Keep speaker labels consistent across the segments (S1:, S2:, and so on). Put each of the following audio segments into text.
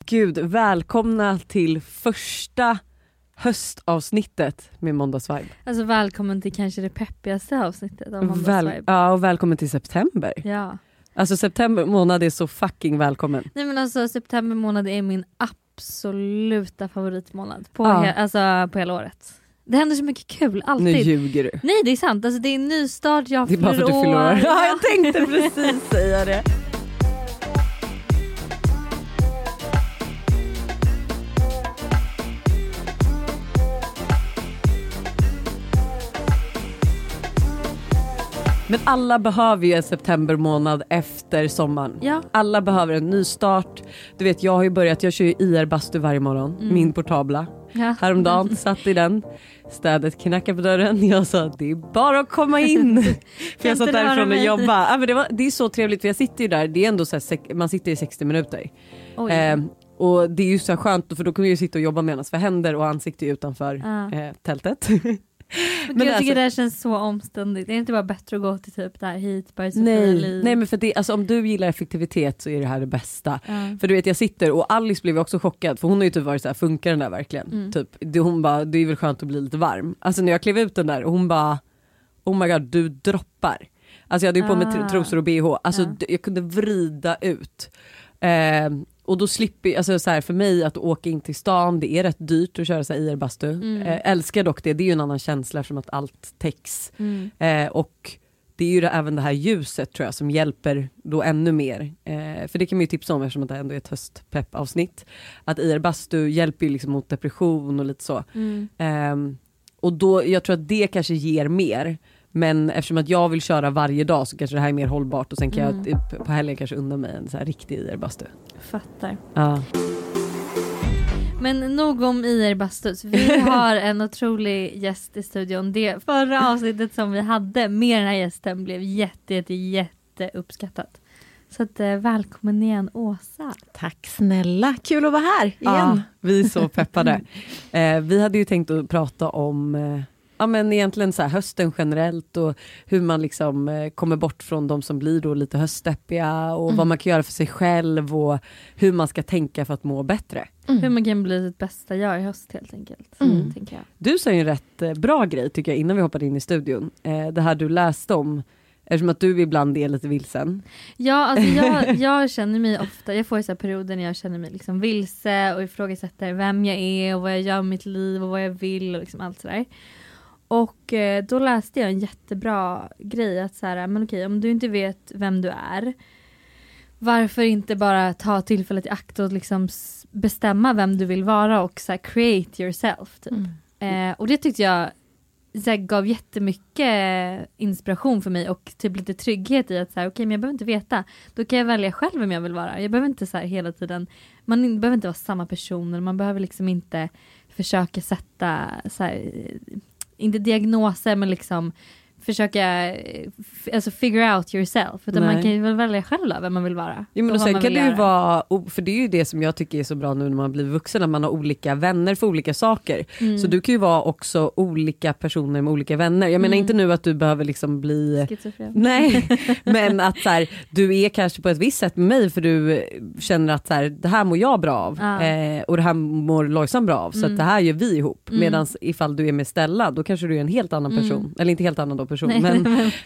S1: Gud, välkomna till första höstavsnittet med Måndagsvibe.
S2: Alltså välkommen till kanske det peppigaste avsnittet av Måndagsvibe.
S1: Ja, och välkommen till september.
S2: Ja.
S1: Alltså september månad är så fucking välkommen.
S2: Nej men alltså september månad är min absoluta favoritmånad på, på hela året. Det händer så mycket kul, alltid.
S1: Nu ljuger du.
S2: Nej, det är sant. Alltså, det är en ny start, jag fyller år.
S1: Det är bara för att du fyller år. Ja, jag tänkte precis säga det. Men alla behöver ju en septembermånad efter sommaren.
S2: Ja.
S1: Alla behöver en ny start. Du vet, jag har ju börjat, jag kör ju IR-bastu varje morgon. Min portabla. Ja. Häromdagen satt i den. Städet knackade på dörren. Jag sa, det är bara att komma in. För jag satt därifrån och jobba. Ja, men det är så trevligt, för jag sitter ju där. Det är ändå så här, man sitter i 60 minuter. Och det är ju så här skönt, för då kan vi ju sitta och jobba med för händer och ansikte utanför tältet.
S2: Men jag tycker det här känns så omständigt. Det är inte bara bättre att gå till typ där hit. Bara
S1: nej, men för det, alltså, om du gillar effektivitet så är det här det bästa. För du vet, jag sitter och Alice blev också chockad. För hon har ju typ varit så här, funkar den där verkligen? Typ, hon bara, det är väl skönt att bli lite varm. Alltså när jag klev ut den där och hon bara, oh my god, du droppar. Alltså jag hade ju på mig trosor och BH. Alltså jag kunde vrida ut. Och då slipper, alltså så här, för mig att åka in till stan, det är rätt dyrt att köra så här IR-bastu. Älskar dock det är ju en annan känsla eftersom att allt täcks. Och det är ju även det här ljuset tror jag som hjälper då ännu mer. För det kan man ju tipsa om eftersom att det ändå är ett höstpepp-avsnitt. Att IR-bastu hjälper ju liksom mot depression och lite så. Och då, jag tror att det kanske ger mer. Men eftersom att jag vill köra varje dag så kanske det här är mer hållbart. Och sen kan jag på helgen kanske undan mig en så här riktig IR-bastu.
S2: Fattar.
S1: Ja. Men
S2: nog om IR-bastus. Vi har en otrolig gäst i studion. Det förra avsnittet som vi hade med den här gästen blev jätte uppskattat. Så att, välkommen igen, Åsa.
S3: Tack snälla, kul att vara här igen.
S1: Ja, vi är så peppade. Vi hade ju tänkt att prata om... Ja, men egentligen så här hösten generellt och hur man liksom kommer bort från de som blir då lite höstdeppiga och vad man kan göra för sig själv och hur man ska tänka för att må bättre.
S2: Hur man kan bli sitt bästa jag i höst helt enkelt. Tänker jag.
S1: Du sa ju en rätt bra grej tycker jag innan vi hoppade in i studion. Det här du läste om, eftersom att du ibland är lite vilsen.
S2: Ja, alltså jag känner mig ofta, jag får ju så här perioder när jag känner mig liksom vilse och ifrågasätter vem jag är och vad jag gör med mitt liv och vad jag vill och liksom allt sådär. Och då läste jag en jättebra grej att så här, men okej, om du inte vet vem du är, varför inte bara ta tillfället i akt och liksom bestämma vem du vill vara och så här, create yourself typ. Och det tyckte jag så här, gav jättemycket inspiration för mig och typ lite trygghet i att så här, okej, men jag behöver inte veta, då kan jag välja själv vem jag vill vara. Jag behöver inte så här hela tiden, man behöver inte vara samma person, man behöver liksom inte försöka sätta så här, inte diagnoser men liksom försöka alltså figure out yourself, utan man kan ju väl välja själv vem man vill vara.
S1: Jo, men och sen kan det ju vara, för det är ju det som jag tycker är så bra nu när man blir vuxen, att man har olika vänner för olika saker. Så du kan ju vara också olika personer med olika vänner. Jag menar inte nu att du behöver liksom bli
S2: schizofren.
S1: Nej, men att så här, du är kanske på ett visst sätt med mig för du känner att så här, det här mår jag bra av och det här mår Lojsan bra av, så att det här gör vi ihop. Medan ifall du är med Stella, då kanske du är en helt annan person. Eller inte helt annan då person, men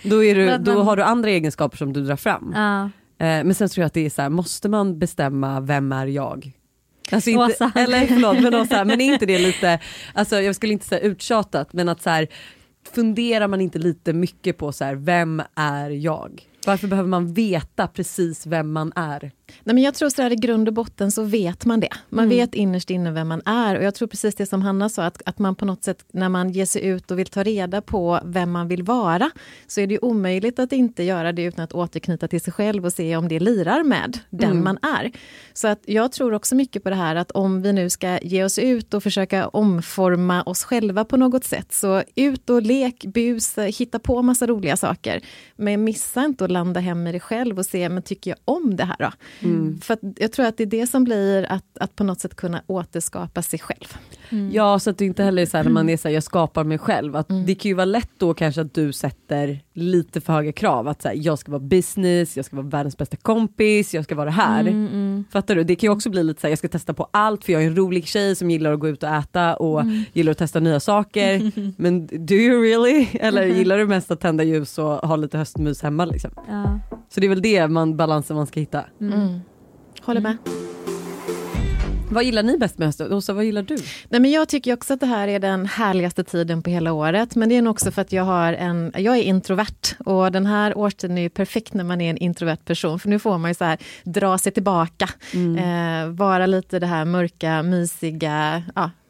S1: då har du andra egenskaper som du drar fram. Men sen tror jag att det är så här, måste man bestämma vem är jag? Alltså inte, eller förlåt, men, så här, men är inte det lite, alltså jag skulle inte säga uttjatat, men att så här, funderar man inte lite mycket på så här, vem är jag? Varför behöver man veta precis vem man är?
S3: Nej, men jag tror så här, i grund och botten så vet man det. Man vet innerst inne vem man är. Och jag tror precis det som Hanna sa, att man på något sätt när man ger sig ut och vill ta reda på vem man vill vara, så är det ju omöjligt att inte göra det utan att återknyta till sig själv och se om det lirar med den man är. Så att jag tror också mycket på det här att om vi nu ska ge oss ut och försöka omforma oss själva på något sätt, så ut och lek, bus, hitta på massa roliga saker. Men missa inte att landa hem i dig själv och se, men tycker jag om det här då? För att jag tror att det är det som blir att på något sätt kunna återskapa sig själv.
S1: Ja, så att du inte heller är så här, när man är så här, jag skapar mig själv. Att det kan ju vara lätt då kanske att du sätter lite för höga krav. Att så här, jag ska vara business, jag ska vara världens bästa kompis, jag ska vara det här. Fattar du? Det kan ju också bli lite så här, jag ska testa på allt för jag är en rolig tjej som gillar att gå ut och äta och gillar att testa nya saker. Men do you really? Eller gillar du mest att tända ljus och ha lite höstmys hemma liksom?
S2: Ja.
S1: Så det är väl det balansen man ska hitta.
S3: Håller med.
S1: Vad gillar ni bäst med hösten? Åsa, vad gillar du?
S3: Nej, men jag tycker också att det här är den härligaste tiden på hela året. Men det är nog också för att jag är introvert. Och den här årstiden är ju perfekt när man är en introvert person. För nu får man ju så här dra sig tillbaka. Vara lite det här mörka, mysiga,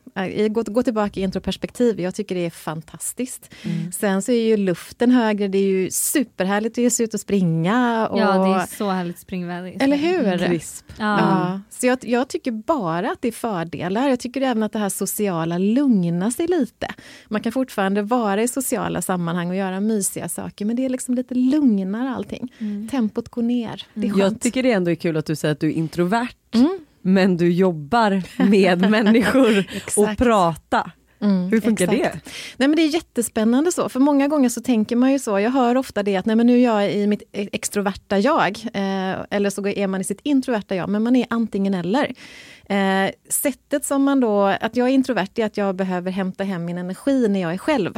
S3: gå tillbaka i introperspektiv. Jag tycker det är fantastiskt. Sen så är ju luften högre. Det är ju superhärligt att ge sig ut och springa. Och...
S2: Ja, det är så härligt springväder.
S3: Eller hur?
S1: Krisp.
S3: Ja. Så jag tycker bara att det är fördelar. Jag tycker även att det här sociala lugnar sig lite. Man kan fortfarande vara i sociala sammanhang och göra mysiga saker. Men det är liksom lite lugnare allting. Tempot går ner. Det är skönt.
S1: Jag tycker det ändå är kul att du säger att du är introvert. Men du jobbar med människor och prata. Hur funkar det?
S3: Nej, men det är jättespännande så. För många gånger så tänker man ju så. Jag hör ofta det att nej, men nu är jag i mitt extroverta jag. Eller så är man i sitt introverta jag. Men man är antingen eller. Sättet som man då, att jag är introvert är att jag behöver hämta hem min energi när jag är själv.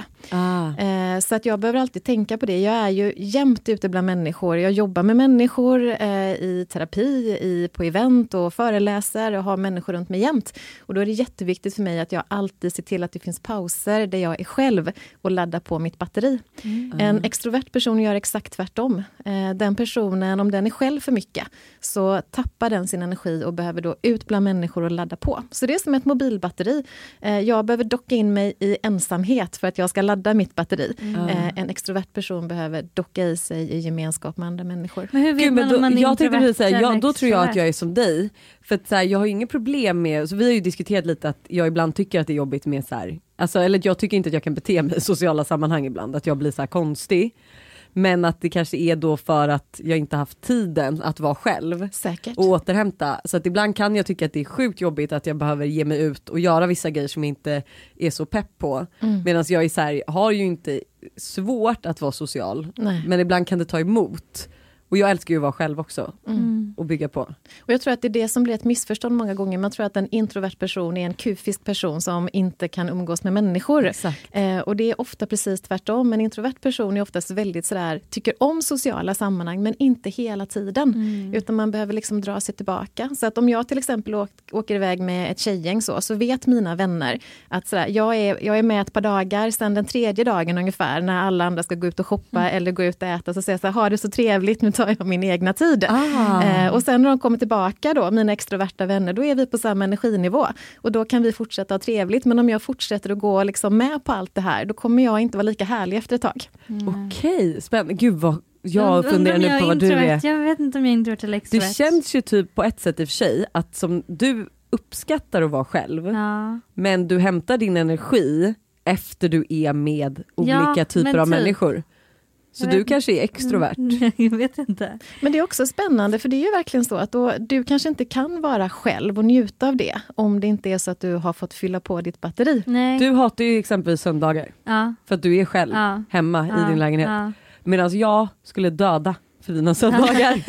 S3: Så att jag behöver alltid tänka på det. Jag är ju jämt ute bland människor. Jag jobbar med människor i terapi, på event och föreläser och har människor runt mig jämt. Och då är det jätteviktigt för mig att jag alltid ser till att det finns pauser där jag är själv och laddar på mitt batteri. En extrovert person gör exakt tvärtom. Den personen, om den är själv för mycket, så tappar den sin energi och behöver då ut bland människor och ladda på. Så det är som ett mobilbatteri. Jag behöver docka in mig i ensamhet för att jag ska ladda mitt batteri. En extrovert person behöver docka i sig i gemenskap med andra människor.
S2: Men hur vet man om man är introvert?
S1: Då tror jag att jag är som dig. För att så här, jag har ju inget problem med, så vi har ju diskuterat lite att jag ibland tycker att det är jobbigt med så här, alltså, eller jag tycker inte att jag kan bete mig i sociala sammanhang ibland, att jag blir så här konstig. Men att det kanske är då för att jag inte haft tiden att vara själv.
S3: Säkert.
S1: Och återhämta. Så att ibland kan jag tycka att det är sjukt jobbigt att jag behöver ge mig ut och göra vissa grejer som jag inte är så pepp på. Medan jag är så här, har ju inte svårt att vara social.
S3: Nej.
S1: Men ibland kan det ta emot. Och jag älskar ju att vara själv också. Och bygga på.
S3: Och jag tror att det är det som blir ett missförstånd många gånger. Man tror att en introvert person är en kufisk person som inte kan umgås med människor. Och det är ofta precis tvärtom. En introvert person är oftast väldigt sådär, tycker om sociala sammanhang men inte hela tiden. Utan man behöver liksom dra sig tillbaka. Så att om jag till exempel åker iväg med ett tjejgäng så vet mina vänner att sådär, jag är med ett par dagar, sen den tredje dagen ungefär när alla andra ska gå ut och shoppa eller gå ut och äta, så säger jag så här, ha det så trevligt, nu tar jag min egna tid. Och sen när de kommer tillbaka då, mina extroverta vänner, då är vi på samma energinivå. Och då kan vi fortsätta ha trevligt. Men om jag fortsätter att gå liksom med på allt det här, då kommer jag inte vara lika härlig efter ett tag.
S1: Okej, spännande. Gud vad jag funderar nu på vad du är.
S2: Jag vet inte om jag är introvert eller extrovert.
S1: Det känns ju typ på ett sätt i och för sig att som du uppskattar att vara själv. Men du hämtar din energi efter du är med olika typer av människor. Så du kanske är extrovert.
S2: Jag vet inte.
S3: Men det är också spännande, för det är ju verkligen så att då, du kanske inte kan vara själv och njuta av det om det inte är så att du har fått fylla på ditt batteri.
S2: Nej.
S1: Du hatar ju exempelvis söndagar. För att du är själv hemma i din lägenhet. Medan jag skulle döda för dina söndagar.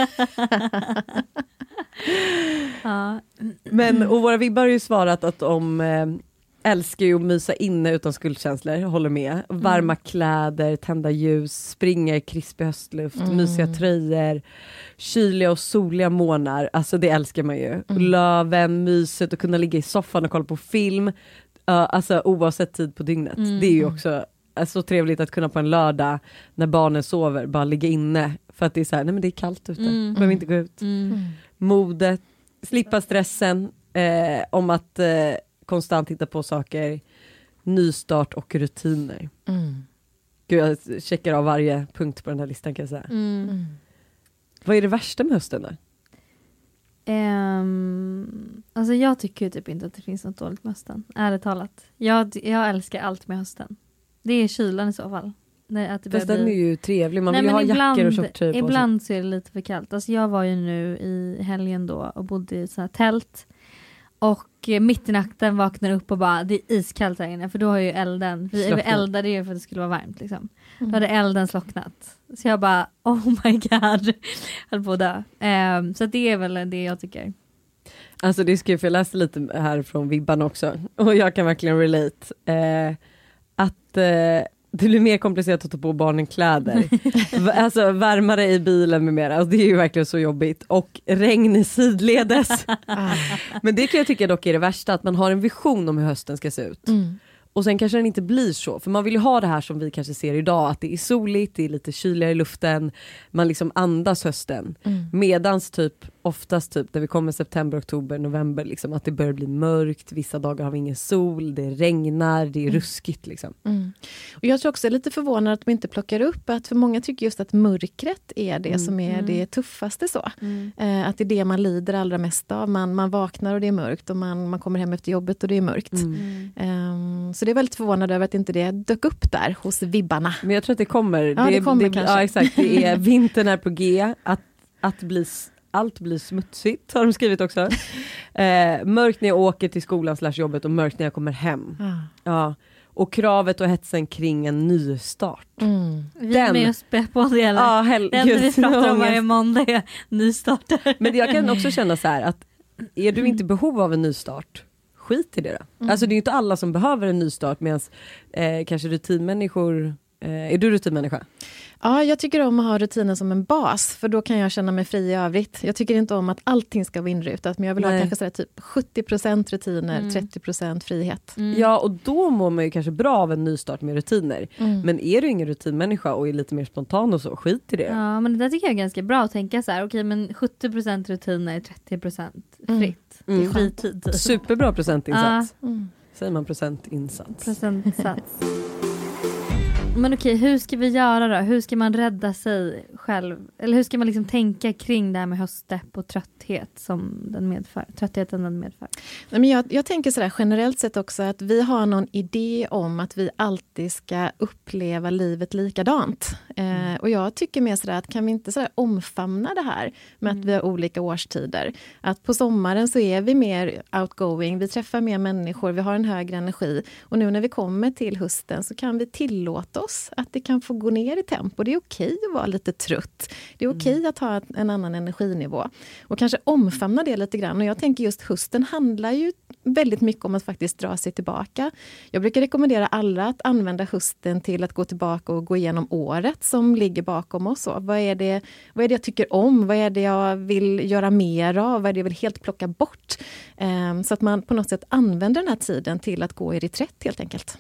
S1: Men, och våra vibbar har ju svarat att de älskar ju att mysa inne utan skuldkänslor, håller med. Varma kläder, tända ljus, springa i krispig höstluft, mysiga tröjor, kyliga och soliga morgnar. Alltså det älskar man ju. Löven, myset och kunna ligga i soffan och kolla på film. Alltså oavsett tid på dygnet. Det är ju också så trevligt att kunna på en lördag när barnen sover bara ligga inne. För att det är så här, nej men det är kallt ute. Behöver inte gå ut. Modet, slippa stressen om att konstant hitta på saker, nystart och rutiner. Gud, jag checkar av varje punkt på den här listan kan jag säga. Vad är det värsta med hösten då?
S2: Alltså jag tycker ju typ inte att det finns något dåligt med hösten. Ärligt talat. Jag älskar allt med hösten. Det är kylan i så fall.
S1: Fast den är ju trevlig. Man vill ju ha jackor och tjocktröjor på sig.
S2: Ibland så är det lite för kallt. Alltså jag var ju nu i helgen då och bodde i så här tält. Och mitt i natten vaknar upp och bara, det är iskallt här inne. För då har ju elden, vi eldade ju för att det skulle vara varmt liksom. Då hade elden slocknat. Så jag bara, oh my god. Höll på att dö. Så det är väl det jag tycker.
S1: Alltså det är skrev, jag läste lite här från Vibban också. Och jag kan verkligen relate. Det blir mer komplicerat att ta på barnen kläder. Alltså varmare i bilen med mera. Alltså, det är ju verkligen så jobbigt. Och regn i sidledes. Men det kan jag tycka dock är det värsta. Att man har en vision om hur hösten ska se ut. Och sen kanske den inte blir så. För man vill ju ha det här som vi kanske ser idag. Att det är soligt, det är lite kyligare i luften. Man liksom andas hösten. Medans typ, oftast typ när vi kommer september, oktober, november. Liksom, att det börjar bli mörkt. Vissa dagar har vi ingen sol. Det regnar, det är ruskigt liksom.
S3: Och jag tror också lite förvånad att de inte plockar upp. Att för många tycker just att mörkret är det som är det tuffaste så. Att det är det man lider allra mest av. Man vaknar och det är mörkt. Och man kommer hem efter jobbet och det är mörkt. Så det är väldigt förvånad över att inte det dök upp där hos vibbarna.
S1: Men jag tror att det kommer.
S3: Ja, det kommer kanske.
S1: Ja, exakt. Det är vintern är på G. Allt blir smutsigt har de skrivit också. Mörkt när jag åker till skolan /jobbet och mörkt när jag kommer hem. Ja. Och kravet och hetsen kring en nystart.
S2: Vi är med och spär på det.
S1: Ja,
S2: det enda vi pratar om varje måndag är nystarter.
S1: Men jag kan också känna så här att är du inte i behov av en nystart, skit i det då. Alltså det är ju inte alla som behöver en nystart medan kanske rutinmänniskor. Är du rutinmänniska?
S3: Ja, jag tycker om att ha rutinen som en bas. För då kan jag känna mig fri i övrigt. Jag tycker inte om att allting ska vara inrutat. Men jag vill ha kanske sådär typ 70% rutiner, 30% frihet.
S1: Ja, och då mår man ju kanske bra av en nystart med rutiner. Men är du ingen rutinmänniska och är lite mer spontan och så, skit i det.
S2: Ja, men det där tycker jag är ganska bra att tänka så här. Okej, men 70% rutiner, 30% fritt. Det är fritid.
S1: Superbra procentinsats. Säger man procentinsats?
S2: Procentsats. Men okej, hur ska vi göra då? Hur ska man rädda sig själv? Eller hur ska man liksom tänka kring det här med höstdepp och trötthet som den medför? Tröttheten den medför.
S3: Nej, men jag tänker sådär generellt sett också att vi har någon idé om att vi alltid ska uppleva livet likadant. Och jag tycker mer sådär att kan vi inte sådär omfamna det här med att vi har olika årstider. Att på sommaren så är vi mer outgoing, vi träffar mer människor, vi har en högre energi. Och nu när vi kommer till hösten så kan vi tillåta oss att det kan få gå ner i tempo. Det är okej att vara lite trött. Det är okej att ha en annan energinivå. Och kanske omfamna det lite grann. Och jag tänker just hösten handlar ju väldigt mycket om att faktiskt dra sig tillbaka. Jag brukar rekommendera alla att använda hösten till att gå tillbaka och gå igenom året som ligger bakom oss. Vad är det jag tycker om? Vad är det jag vill göra mer av? Vad är det jag vill helt plocka bort? Så att man på något sätt använder den här tiden till att gå i reträtt helt enkelt.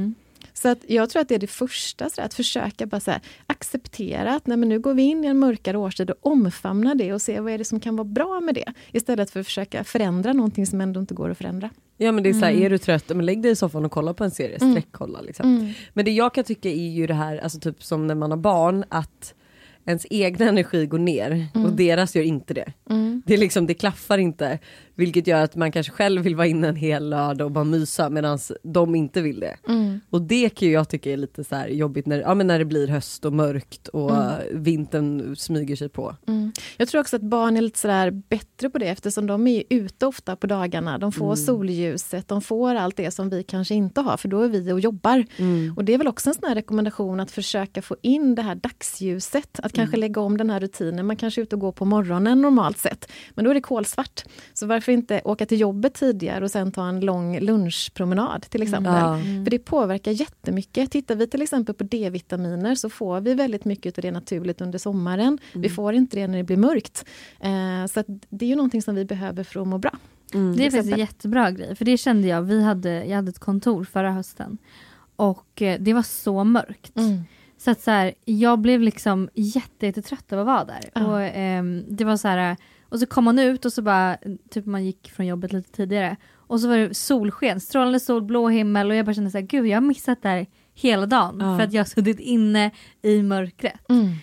S3: Så att jag tror att det är det första, så att försöka bara så här, acceptera att nej, men nu går vi in i en mörkare årstid och omfamna det och se vad är det som kan vara bra med det. Istället för att försöka förändra någonting som ändå inte går att förändra. Ja, men det är så här, är du trött, men lägg dig i soffan och kolla på en serie, sträckkolla liksom. Men det jag kan tycka är ju det här, alltså typ som när man har barn, att ens egna energi går ner och deras gör inte det. Det är liksom, det klaffar inte, vilket gör att man kanske själv vill vara inne en hel lördag och bara mysa medan de inte vill det. Och det kan ju jag tycka är lite så här jobbigt när det blir höst och mörkt och vintern smyger sig på. Jag tror också att barn är lite så där bättre på det eftersom de är ute ofta på dagarna. De får solljuset, de får allt det som vi kanske inte har, för då är vi och jobbar. Och det är väl också en sån här rekommendation att försöka få in det här dagsljuset, att kanske lägga om den här rutinen. Man kanske är ute och går på morgonen normalt sett, men då är det kolsvart. Så varför inte åka till jobbet tidigare och sen ta en lång lunchpromenad till exempel. För det påverkar jättemycket. Tittar vi till exempel på D-vitaminer så får vi väldigt mycket av det naturligt under sommaren. Vi får inte det när det blir mörkt. Så att det är ju någonting som vi behöver för att må bra.
S2: Det är faktiskt en jättebra grej. För det kände jag, jag hade ett kontor förra hösten. Och det var så mörkt. Så att så här, jag blev liksom jättetrött av att vara där. Och det var så här, och så kom man ut och så bara, typ man gick från jobbet lite tidigare. Och så var det solsken, strålande sol, blå himmel. Och jag bara kände så här, gud jag har missat där hela dagen. För att jag har suttit inne i mörkret.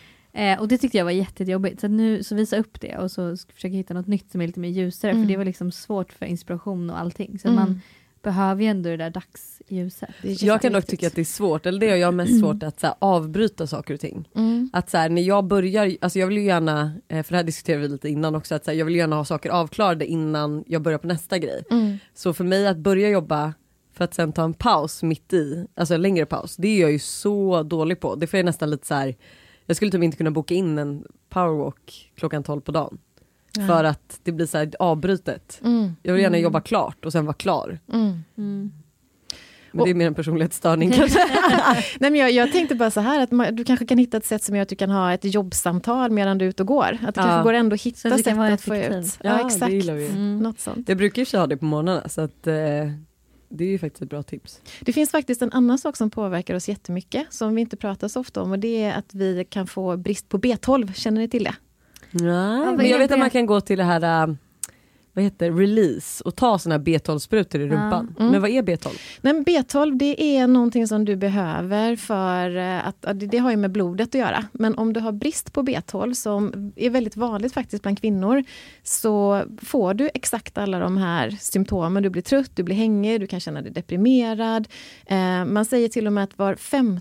S2: Och det tyckte jag var jättejobbigt. Så nu så visa upp det och så försöka hitta något nytt som är lite mer ljusare. För det var liksom svårt för inspiration och allting. Så behöver ju ändå det där dagsljuset.
S1: Jag kan dock tycka att det är svårt, eller det är jag mest svårt att så här, avbryta saker och ting. Att så här, när jag börjar, alltså jag vill ju gärna, för det här diskuterade vi lite innan också, att så här, jag vill gärna ha saker avklarade innan jag börjar på nästa grej. Så för mig att börja jobba för att sen ta en paus mitt i, alltså en längre paus, det är jag ju så dålig på. Det får jag nästan lite så här, jag skulle typ inte kunna boka in en powerwalk 12:00 på dagen. För att det blir så här avbrytet. Jag vill gärna jobba klart och sen vara klar. Men det är mer en personlighetsstörning kanske.
S3: Nej, men jag tänkte bara så här att du kanske kan hitta ett sätt som gör att du kan ha ett jobbsamtal medan du är ute och går. Att det kanske går ändå att hitta sätt att få ut. Ja, exakt.
S1: Det gillar vi.
S3: Något sånt.
S1: Jag brukar ju köra det på morgnarna så att det är ju faktiskt ett bra tips.
S3: Det finns faktiskt en annan sak som påverkar oss jättemycket som vi inte pratar så ofta om, och det är att vi kan få brist på B12. Känner ni till det?
S1: Nej, men jag vet att man kan gå till det här vad heter release och ta såna här B12-sprutor i rumpan. Men vad är B12?
S3: Nej, B12 det är någonting som du behöver för att det har ju med blodet att göra. Men om du har brist på B12 som är väldigt vanligt faktiskt bland kvinnor, så får du exakt alla de här symptomen. Du blir trött, du blir hängig, du kan känna dig deprimerad. Man säger till och med att var 5:e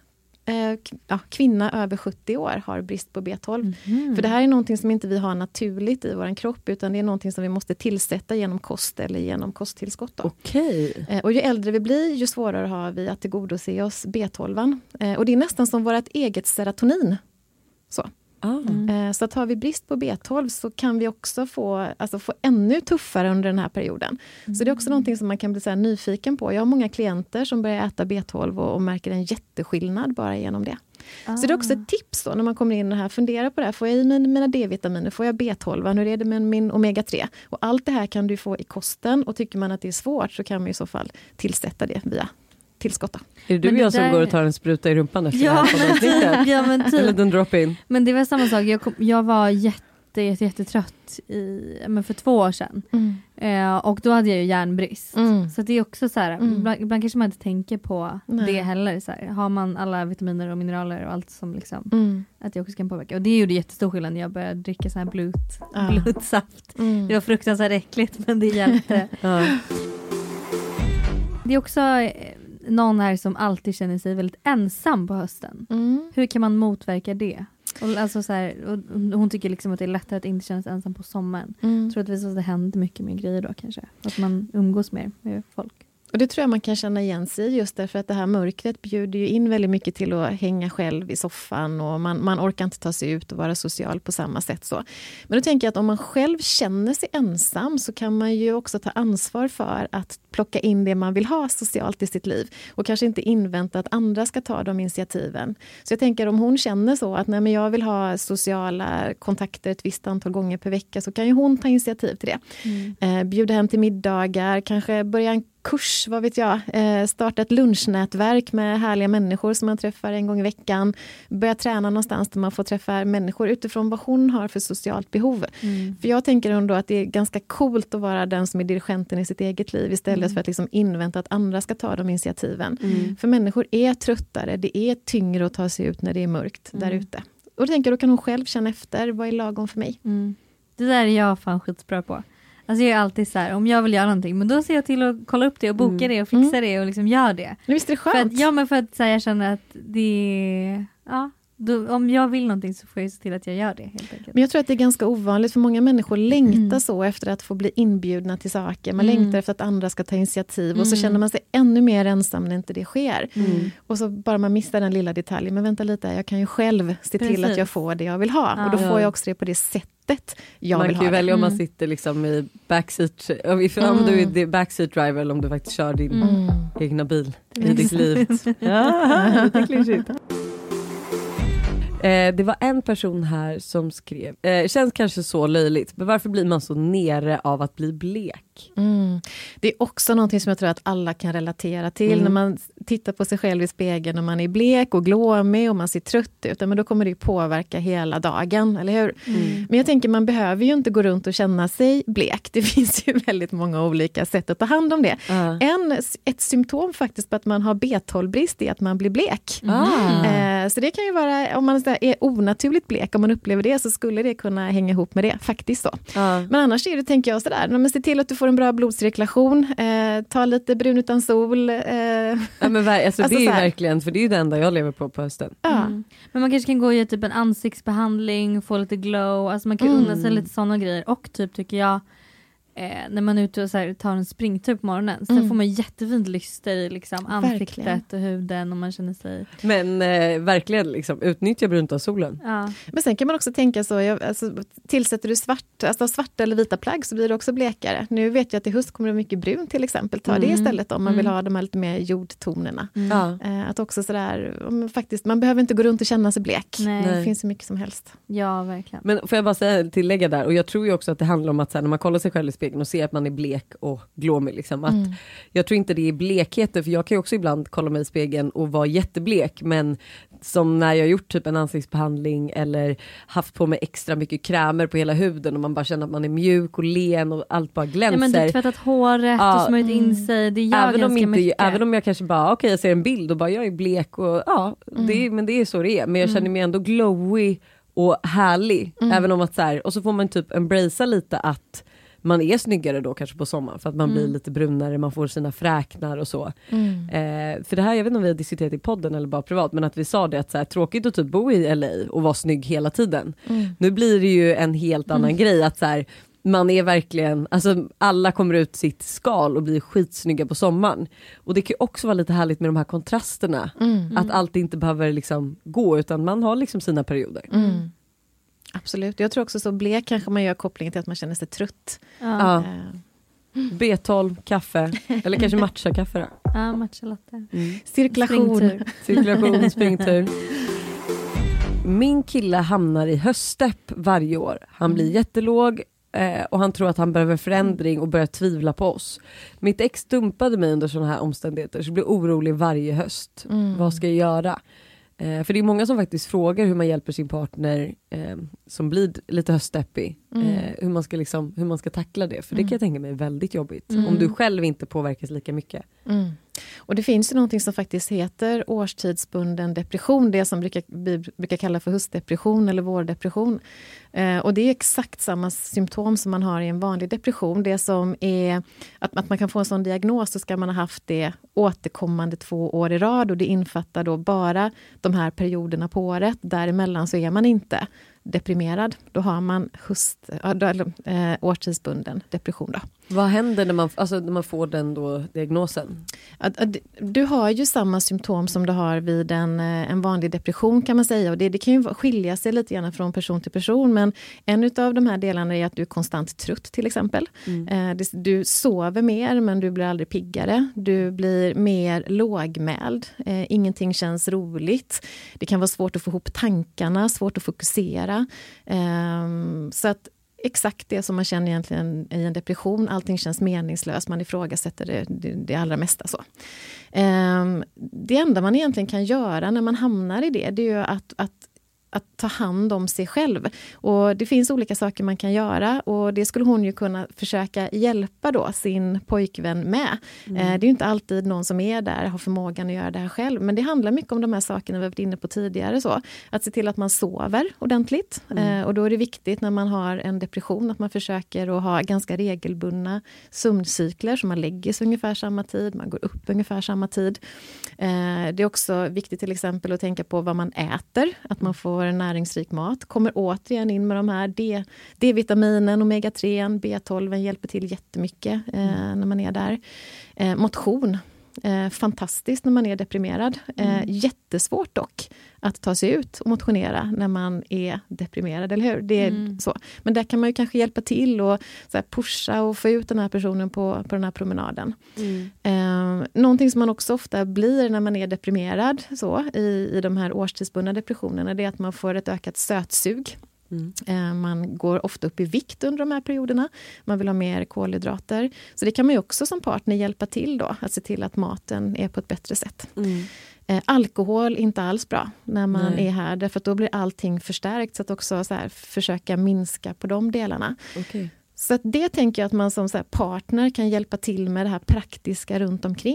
S3: kvinna över 70 år har brist på B12. För det här är någonting som inte vi har naturligt i vår kropp, utan det är någonting som vi måste tillsätta genom kost eller genom kosttillskott.
S1: Okej.
S3: Och ju äldre vi blir, ju svårare har vi att tillgodose oss B12. Och det är nästan som vårt eget serotonin. Så. Så att har vi brist på B12 så kan vi också få ännu tuffare under den här perioden. Så det är också någonting som man kan bli så här nyfiken på. Jag har många klienter som börjar äta B12 och märker en jätteskillnad bara genom det. Så det är också ett tips då när man kommer in och här, fundera på det här. Får jag i mina D-vitaminer? Får jag B12? Hur är det med min omega-3? Och allt det här kan du få i kosten, och tycker man att det är svårt så kan man i så fall tillsätta det via tillskott.
S1: Är det du och jag som går och tar en spruta i rumpan efter det här?
S2: Ja, men typ.
S1: Eller den drop-in.
S2: Men det var samma sak. Jag var jättetrött för 2 år sedan. Och då hade jag ju järnbrist. Så det är också så här, ibland kanske man inte tänker på det heller. Så här. Har man alla vitaminer och mineraler och allt som liksom, att det också kan påverka. Och det gjorde jättestor skillnad när jag började dricka så här blodsaft. Det var fruktansvärt äckligt, men det hjälpte. Det är också någon här som alltid känner sig väldigt ensam på hösten. Hur kan man motverka det? Och alltså så här, och hon tycker liksom att det är lättare att inte känna sig ensam på sommaren. Troligtvis att det händer mycket mer grejer då kanske. Att man umgås mer med folk. Och det tror jag man kan känna igen sig i, just därför att det här mörkret bjuder ju in väldigt mycket till att hänga själv i soffan, och man orkar inte ta sig ut och vara social på samma sätt så. Men då tänker jag att om man själv känner sig ensam så kan man ju också ta ansvar för att plocka in det man vill ha socialt i sitt liv, och kanske inte invänta att andra ska ta de initiativen. Så jag tänker om hon känner så att nej, men jag vill ha sociala kontakter ett visst antal gånger per vecka, så kan ju hon ta initiativ till det. Bjuda hem till middagar, kanske börja en kurs, vad vet jag, starta ett lunchnätverk med härliga människor som man träffar en gång i veckan, börja träna någonstans där man får träffa människor utifrån vad hon har för socialt behov. För jag tänker ändå att det är ganska coolt att vara den som är dirigenten i sitt eget liv, istället för att liksom invänta att andra ska ta de initiativen. För människor är tröttare, det är tyngre att ta sig ut när det är mörkt där ute. Och då kan hon själv känna efter, vad är lagom för mig? Det där är jag fan skitbra på. Alltså jag är alltid så här, om jag vill göra någonting, men då ser jag till att kolla upp det och boka det och fixa det och liksom gör det. Men visst är det skönt? För att så här, jag känner att det om jag vill någonting så får jag se till att jag gör det helt enkelt. Men jag tror att det är ganska ovanligt, för många människor längtar så efter att få bli inbjudna till saker. Man längtar efter att andra ska ta initiativ, och så känner man sig ännu mer ensam när inte det sker. Och så bara man missar den lilla detaljen, men vänta lite, jag kan ju själv se till att jag får det jag vill ha. Och då får jag också det på det sättet man kan ju välja
S1: om man sitter liksom i backseat, om du är backseat driver, eller om du faktiskt kör din egna bil i ditt liv. Ja, det är klyschigt. Det var en person här som skrev, känns kanske så löjligt, men varför blir man så nere av att bli blek? Det är också någonting som jag tror att alla kan relatera till. När man tittar på sig själv i spegeln och man är blek och glåmig och man ser trött ut, men då kommer det ju påverka hela dagen, eller hur? Men jag tänker, man behöver ju inte gå runt och känna sig blek. Det finns ju väldigt många olika sätt att ta hand om det. Ett symptom faktiskt på att man har B12-brist är att man blir blek. Så det kan ju vara, om man
S3: är onaturligt blek, om man upplever det, så skulle det kunna hänga ihop med det, faktiskt så. Men annars är det, tänker jag sådär, men se till att du får en bra blodcirkulation, ta lite brun utan sol.
S1: Ja, men alltså det är ju verkligen, för det är ju det enda jag lever på hösten.
S2: Men man kanske kan gå och göra typ en ansiktsbehandling, få lite glow, alltså man kan unna sig lite sådana grejer, och typ tycker jag när man är ute och så här, tar en springtur på morgonen, så får man jättefint lyster i liksom ansiktet och huden, och man känner sig...
S1: Men verkligen liksom, utnyttja brunt av solen.
S2: Ja.
S3: Men sen kan man också tänka så, tillsätter du svarta eller vita plagg, så blir det också blekare. Nu vet jag att i höst kommer det mycket brunt till exempel. Ta det istället om man vill ha de här lite mer jordtonerna. Att också sådär, faktiskt, man behöver inte gå runt och känna sig blek.
S2: Nej.
S3: Det finns så mycket som helst.
S2: Ja, verkligen.
S1: Men får jag bara tillägga där, och jag tror ju också att det handlar om att så här, när man kollar sig själv i spegeln och ser att man är blek och glåmig liksom, att jag tror inte det är blekheter, för jag kan ju också ibland kolla mig i spegeln och vara jätteblek, men som när jag gjort typ en ansiktsbehandling eller haft på mig extra mycket krämer på hela huden och man bara känner att man är mjuk och len och allt bara glänser.
S2: Ja, men du tvättat håret och smörjt in sig, det gör ganska mycket.
S1: Även om jag kanske bara, jag ser en bild och bara jag är blek och men det är så det är, men jag känner mig ändå glowy och härlig, även om att så här, och så får man typ embracea lite att man är snyggare då kanske på sommaren, för att man blir lite brunare, man får sina fräknar och så. För det här, jag vet inte om vi har diskuterat i podden eller bara privat, men att vi sa det att så här, tråkigt att typ bo i LA och vara snygg hela tiden. Nu blir det ju en helt annan grej, att så här, man är verkligen, alltså alla kommer ut sitt skal och blir skitsnygga på sommaren. Och det kan ju också vara lite härligt med de här kontrasterna, att allt inte behöver liksom gå, utan man har liksom sina perioder.
S3: Absolut. Jag tror också så blek kanske man gör kopplingen till att man känner sig trött.
S1: B12, kaffe, eller kanske matcha-kaffe då.
S2: Ja, matcha-latte.
S3: Cirkulation.
S1: Cirkulation, springtur. Min kille hamnar i höstdepp varje år. Han blir jättelåg och han tror att han behöver förändring och börjar tvivla på oss. Mitt ex dumpade mig under sådana här omständigheter, så jag blir orolig varje höst. Vad ska jag göra? För det är många som faktiskt frågar hur man hjälper sin partner som blir lite höstdeppig. Hur man ska tackla det. För det kan jag tänka mig är väldigt jobbigt. Om du själv inte påverkas lika mycket.
S3: Och det finns ju någonting som faktiskt heter årstidsbunden depression. Det som vi brukar kalla för höstdepression eller vårdepression. Och det är exakt samma symptom som man har i en vanlig depression. Det som är att man kan få en sån diagnos, så ska man ha haft det återkommande 2 år i rad. Och det infattar då bara de här perioderna på året. Däremellan så är man inte deprimerad. Då har man årstidsbunden depression då.
S1: Vad händer när man får den då diagnosen?
S3: Du har ju samma symptom som du har vid en vanlig depression, kan man säga. Och det kan ju skilja sig lite grann från person till person. Men en av de här delarna är att du är konstant trött till exempel. Du sover mer, men du blir aldrig piggare. Du blir mer lågmäld. Ingenting känns roligt. Det kan vara svårt att få ihop tankarna, svårt att fokusera. Så att exakt det som man känner egentligen i en depression. Allting känns meningslöst. Man ifrågasätter det allra mesta så. Det enda man egentligen kan göra när man hamnar i det är ju att ta hand om sig själv. Och det finns olika saker man kan göra, och det skulle hon ju kunna försöka hjälpa då sin pojkvän med. Det är ju inte alltid någon som är där, har förmågan att göra det här själv, men det handlar mycket om de här sakerna vi varit inne på tidigare. Så. Att se till att man sover ordentligt. Och då är det viktigt när man har en depression att man försöker att ha ganska regelbundna sömncykler, så man lägger sig ungefär samma tid, man går upp ungefär samma tid. Det är också viktigt till exempel att tänka på vad man äter, att man får en näringsrik mat. Kommer återigen in med de här D-vitaminen, omega-3, B12 hjälper till jättemycket när man är där. Motion. Fantastiskt när man är deprimerad. Jättesvårt dock att ta sig ut och motionera när man är deprimerad, eller hur? Det är så. Men där kan man ju kanske hjälpa till och så här pusha och få ut den här personen på den här promenaden. Någonting som man också ofta blir när man är deprimerad så, i de här årstidsbundna depressionerna, det är att man får ett ökat sötsug. Man går ofta upp i vikt under de här perioderna. Man vill ha mer kolhydrater. Så det kan man ju också som partner hjälpa till då. Att se till att maten är på ett bättre sätt. Alkohol inte alls bra när man är här. Därför att då blir allting förstärkt. Så att också så här, försöka minska på de delarna.
S1: Okay.
S3: Så att det tänker jag att man som så här partner kan hjälpa till med det här praktiska runt omkring.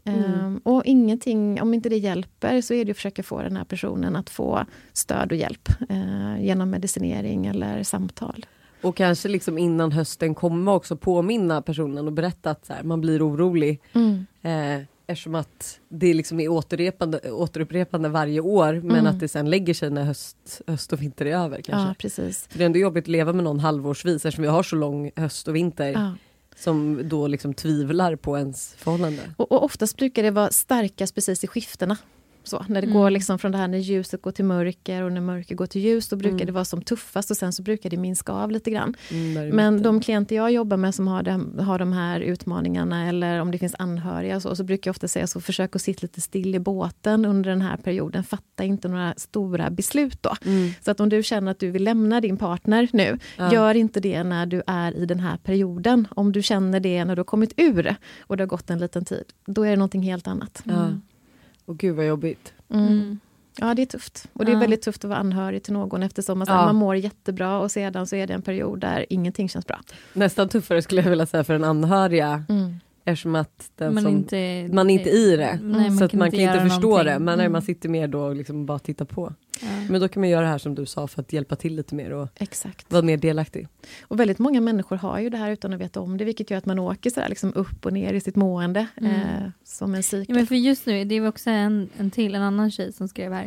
S3: Och ingenting, om inte det hjälper så är det att försöka få den här personen att få stöd och hjälp genom medicinering eller samtal.
S1: Och kanske liksom innan hösten kommer också påminna personen och berätta att så här, man blir orolig. Eftersom att det liksom är återupprepande varje år, men att det sen lägger sig när höst och vinter är över kanske.
S3: Ja, precis.
S1: För det är ändå jobbigt att leva med någon halvårsvis eftersom vi har så lång höst och vinter som då liksom tvivlar på ens förhållande.
S3: Och oftast brukar det vara starkast precis i skiftena. Så, när det går liksom från det här när ljuset går till mörker och när mörker går till ljus, då brukar det vara som tuffast och sen så brukar det minska av lite grann. Men de klienter jag jobbar med som har de här utmaningarna eller om det finns anhöriga så brukar jag ofta säga så, försök att sitta lite still i båten under den här perioden. Fatta inte några stora beslut då. Så att om du känner att du vill lämna din partner nu, gör inte det när du är i den här perioden. Om du känner det när du har kommit ur och det har gått en liten tid, då är det någonting helt annat.
S1: Och gud vad jobbigt.
S3: Ja, det är tufft. Och det är väldigt tufft att vara anhörig till någon eftersom man mår jättebra och sedan så är det en period där ingenting känns bra.
S1: Nästan tuffare skulle jag vilja säga för en anhöriga. Eftersom att man är inte i det. Så att man kan inte förstå någonting. Det. Men när man sitter mer då och liksom bara tittar på. Men då kan man göra det här som du sa för att hjälpa till lite mer och vara mer delaktig.
S3: Och väldigt många människor har ju det här utan att veta om det, vilket gör att man åker så här liksom upp och ner i sitt mående som en cykel.
S2: Ja, men för just nu, det var också en annan tjej som skrev här.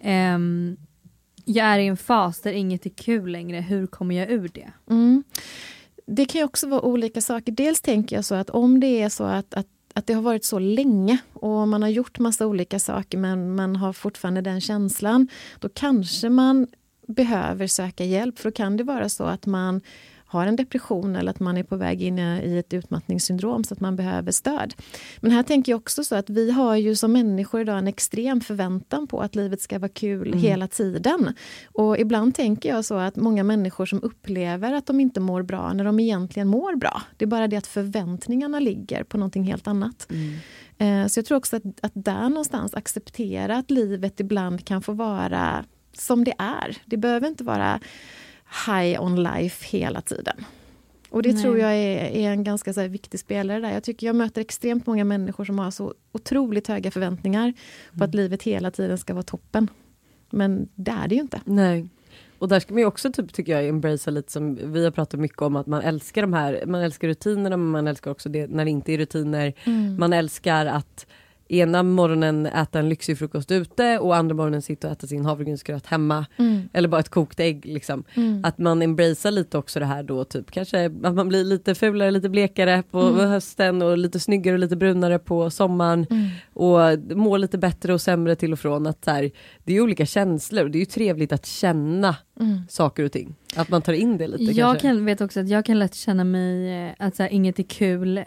S2: Jag är i en fas där inget är kul längre. Hur kommer jag ur det?
S3: Det kan ju också vara olika saker. Dels tänker jag så att om det är så att det har varit så länge och man har gjort massa olika saker men man har fortfarande den känslan, då kanske man behöver söka hjälp. För då kan det vara så att man har en depression eller att man är på väg in i ett utmattningssyndrom så att man behöver stöd. Men här tänker jag också så att vi har ju som människor idag en extrem förväntan på att livet ska vara kul hela tiden. Och ibland tänker jag så att många människor som upplever att de inte mår bra när de egentligen mår bra. Det är bara det att förväntningarna ligger på någonting helt annat. Så jag tror också att där någonstans acceptera att livet ibland kan få vara som det är. Det behöver inte vara high on life hela tiden. Och det tror jag är en ganska så här viktig spelare där. Jag tycker jag möter extremt många människor som har så otroligt höga förväntningar på att livet hela tiden ska vara toppen. Men det är det ju inte.
S1: Nej. Och där ska man ju också tycker jag embracea lite som vi har pratat mycket om att man älskar man älskar rutinerna men man älskar också det när det inte är rutiner. Man älskar att ena morgonen äta en lyxig frukost ute och andra morgonen sitta och äta sin havregrynsgröt hemma. Eller bara ett kokt ägg liksom. Att man embracear lite också det här då typ kanske att man blir lite fulare, lite blekare på hösten och lite snyggare och lite brunare på sommaren och mår lite bättre och sämre till och från att så här, det är olika känslor och det är ju trevligt att känna saker och ting. Att man tar in det lite kanske.
S2: Vet också att jag kan lätt känna mig att så här, inget är kul.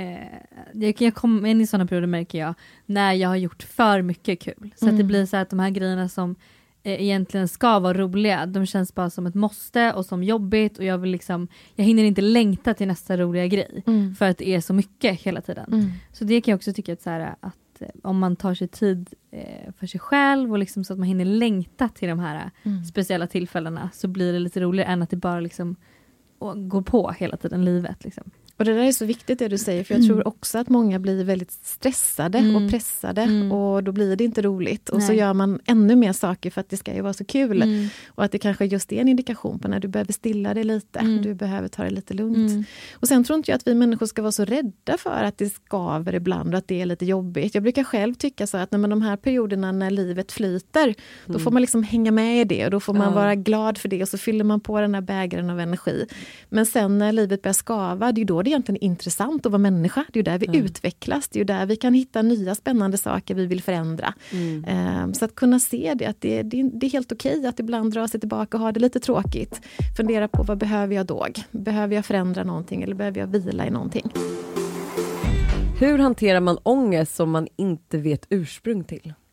S2: Jag kommer in i sådana perioder märker jag när jag har gjort för mycket kul så att det blir så att de här grejerna som egentligen ska vara roliga, de känns bara som ett måste och som jobbigt och jag hinner inte längta till nästa roliga grej för att det är så mycket hela tiden. Så det kan jag också tycka att om man tar sig tid för sig själv och liksom så att man hinner längta till de här speciella tillfällena så blir det lite roligare än att det bara liksom går på hela tiden livet liksom.
S3: Och det där är så viktigt det du säger, för jag tror också att många blir väldigt stressade och pressade och då blir det inte roligt. Och så gör man ännu mer saker för att det ska ju vara så kul. Och att det kanske just är en indikation på när du behöver stilla dig lite, du behöver ta det lite lugnt. Och sen tror inte jag att vi människor ska vara så rädda för att det skaver ibland och att det är lite jobbigt. Jag brukar själv tycka så att när de här perioderna när livet flyter, då får man liksom hänga med i det och då får man vara glad för det och så fyller man på den här bägaren av energi. Men sen när livet börjar skava, det är ju då det egentligen intressant att vara människa. Det är ju där vi utvecklas. Det är ju där vi kan hitta nya spännande saker vi vill förändra. Så att kunna se det, att det är helt okej att ibland dra sig tillbaka och ha det lite tråkigt. Fundera på vad behöver jag då? Behöver jag förändra någonting eller behöver jag vila i någonting?
S1: Hur hanterar man ångest som man inte vet ursprung till?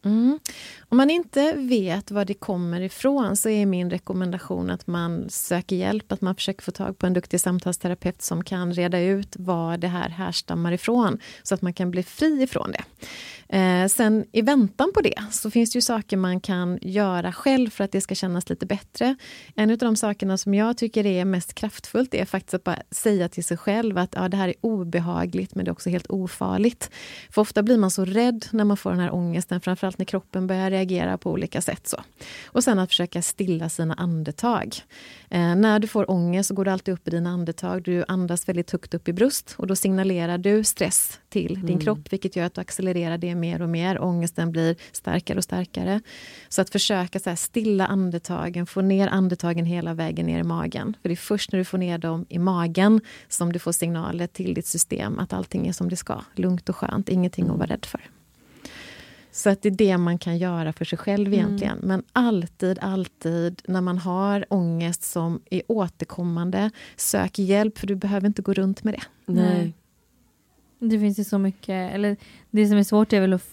S3: Om man inte vet var det kommer ifrån så är min rekommendation att man söker hjälp, att man försöker få tag på en duktig samtalsterapeut som kan reda ut var det här härstammar ifrån så att man kan bli fri ifrån det. Sen i väntan på det så finns det ju saker man kan göra själv för att det ska kännas lite bättre. En av de sakerna som jag tycker är mest kraftfullt är faktiskt att bara säga till sig själv att det här är obehagligt men det är också helt ofarligt. För ofta blir man så rädd när man får den här ångesten, framförallt när kroppen börjar reagera på olika sätt. Så. Och sen att försöka stilla sina andetag. När du får ångest så går du alltid upp i dina andetag. Du andas väldigt högt upp i bröst och då signalerar du stress till din kropp, vilket gör att du accelererar det mer och mer. Ångesten blir starkare och starkare. Så att försöka så här, stilla andetagen, få ner andetagen hela vägen ner i magen. För det är först när du får ner dem i magen som du får signaler till ditt system att allting är som det ska. Lugnt och skönt, ingenting att vara rädd för. Så att det är det man kan göra för sig själv egentligen. Men alltid när man har ångest som är återkommande, sök hjälp för du behöver inte gå runt med det.
S2: Nej. Det finns ju så mycket, eller det som är svårt är väl att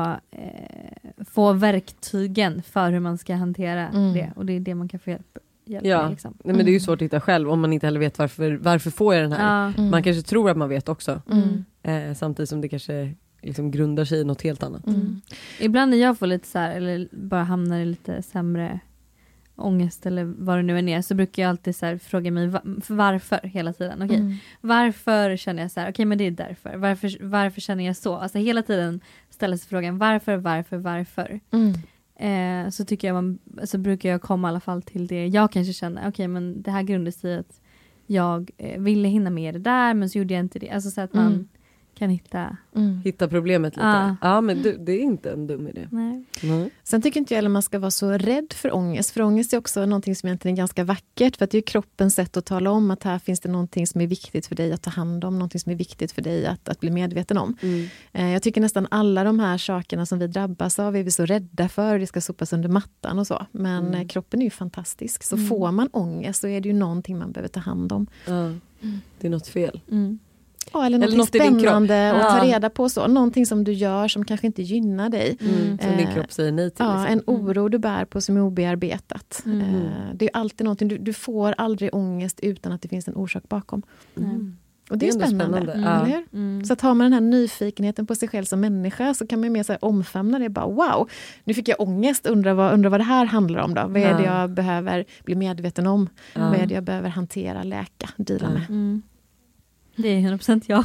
S2: få verktygen för hur man ska hantera det. Och det är det man kan få hjälp med. Liksom.
S1: Nej, men det är ju svårt att hitta själv om man inte heller vet varför får jag den här. Man kanske tror att man vet också. Samtidigt som det kanske liksom grundar sig i något helt annat.
S2: Ibland när jag får lite så här, eller bara hamnar i lite sämre ångest eller vad det nu är, så brukar jag alltid så här fråga mig varför hela tiden. Okej, varför känner jag så här? Okej, men det är därför. Varför känner jag så? Alltså hela tiden ställa sig frågan varför? Så tycker jag så brukar jag komma i alla fall till det jag kanske känner. Okej, men det här grundar sig i att jag ville hinna med det där, men så gjorde jag inte det. Alltså så att man kan hitta problemet lite. Ja, men det är inte en dum idé. Nej.
S3: Sen tycker inte jag att man ska vara så rädd för ångest. För ångest är också någonting som egentligen är ganska vackert. För att det är kroppens sätt att tala om att här finns det någonting som är viktigt för dig att ta hand om. Någonting som är viktigt för dig att bli medveten om. Jag tycker nästan alla de här sakerna som vi drabbas av är vi så rädda för. Det ska sopas under mattan och så. Men kroppen är ju fantastisk. Så får man ångest så är det ju någonting man behöver ta hand om.
S1: Det är något fel.
S3: Ja, eller något spännande att ta reda på. Så. Någonting som du gör som kanske inte gynnar dig.
S1: Som din kropp säger nej till.
S3: Ja, en oro du bär på som är obearbetat. Det är alltid någonting. Du får aldrig ångest utan att det finns en orsak bakom. Och det är spännande. Eller hur? Så att har man den här nyfikenheten på sig själv som människa så kan man mer så här omfamna det. Bara, wow, nu fick jag ångest. Undrar vad det här handlar om då. Vad är det jag behöver bli medveten om? Vad är det jag behöver hantera, läka, deala med?
S2: Det är 100% jag.